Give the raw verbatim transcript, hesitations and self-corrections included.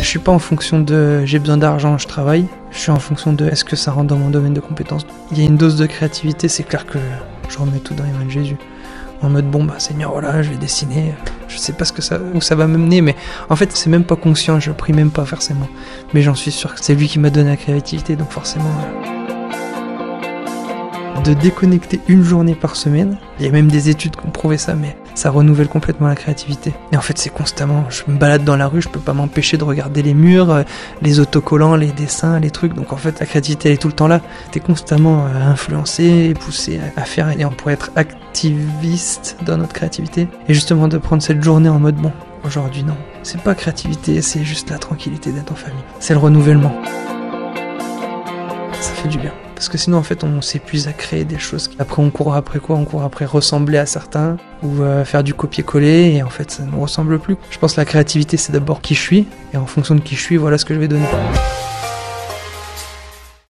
je suis pas en fonction de j'ai besoin d'argent, je travaille. Je suis en fonction de est-ce que ça rentre dans mon domaine de compétences. Il y a une dose de créativité, c'est clair que je remets tout dans les mains de Jésus. En mode bon bah Seigneur, voilà, je vais dessiner. Je sais pas ce que ça, où ça va me mener, mais en fait c'est même pas conscient, je prie même pas forcément. Mais j'en suis sûr que c'est lui qui m'a donné la créativité, donc forcément. Euh... De déconnecter une journée par semaine, il y a même des études qui ont prouvé ça, mais ça renouvelle complètement la créativité. Et en fait c'est constamment, je me balade dans la rue, je peux pas m'empêcher de regarder les murs, les autocollants, les dessins, les trucs, donc en fait la créativité elle est tout le temps là. T'es constamment influencé, poussé à faire, et on pourrait être activiste dans notre créativité. Et justement de prendre cette journée en mode bon, aujourd'hui non, c'est pas créativité, c'est juste la tranquillité d'être en famille. C'est le renouvellement. Ça fait du bien. Parce que sinon en fait on s'épuise à créer des choses. Après on court après quoi? On court après ressembler à certains ou euh, faire du copier-coller et en fait ça ne ressemble plus. Je pense que la créativité c'est d'abord qui je suis et en fonction de qui je suis voilà ce que je vais donner.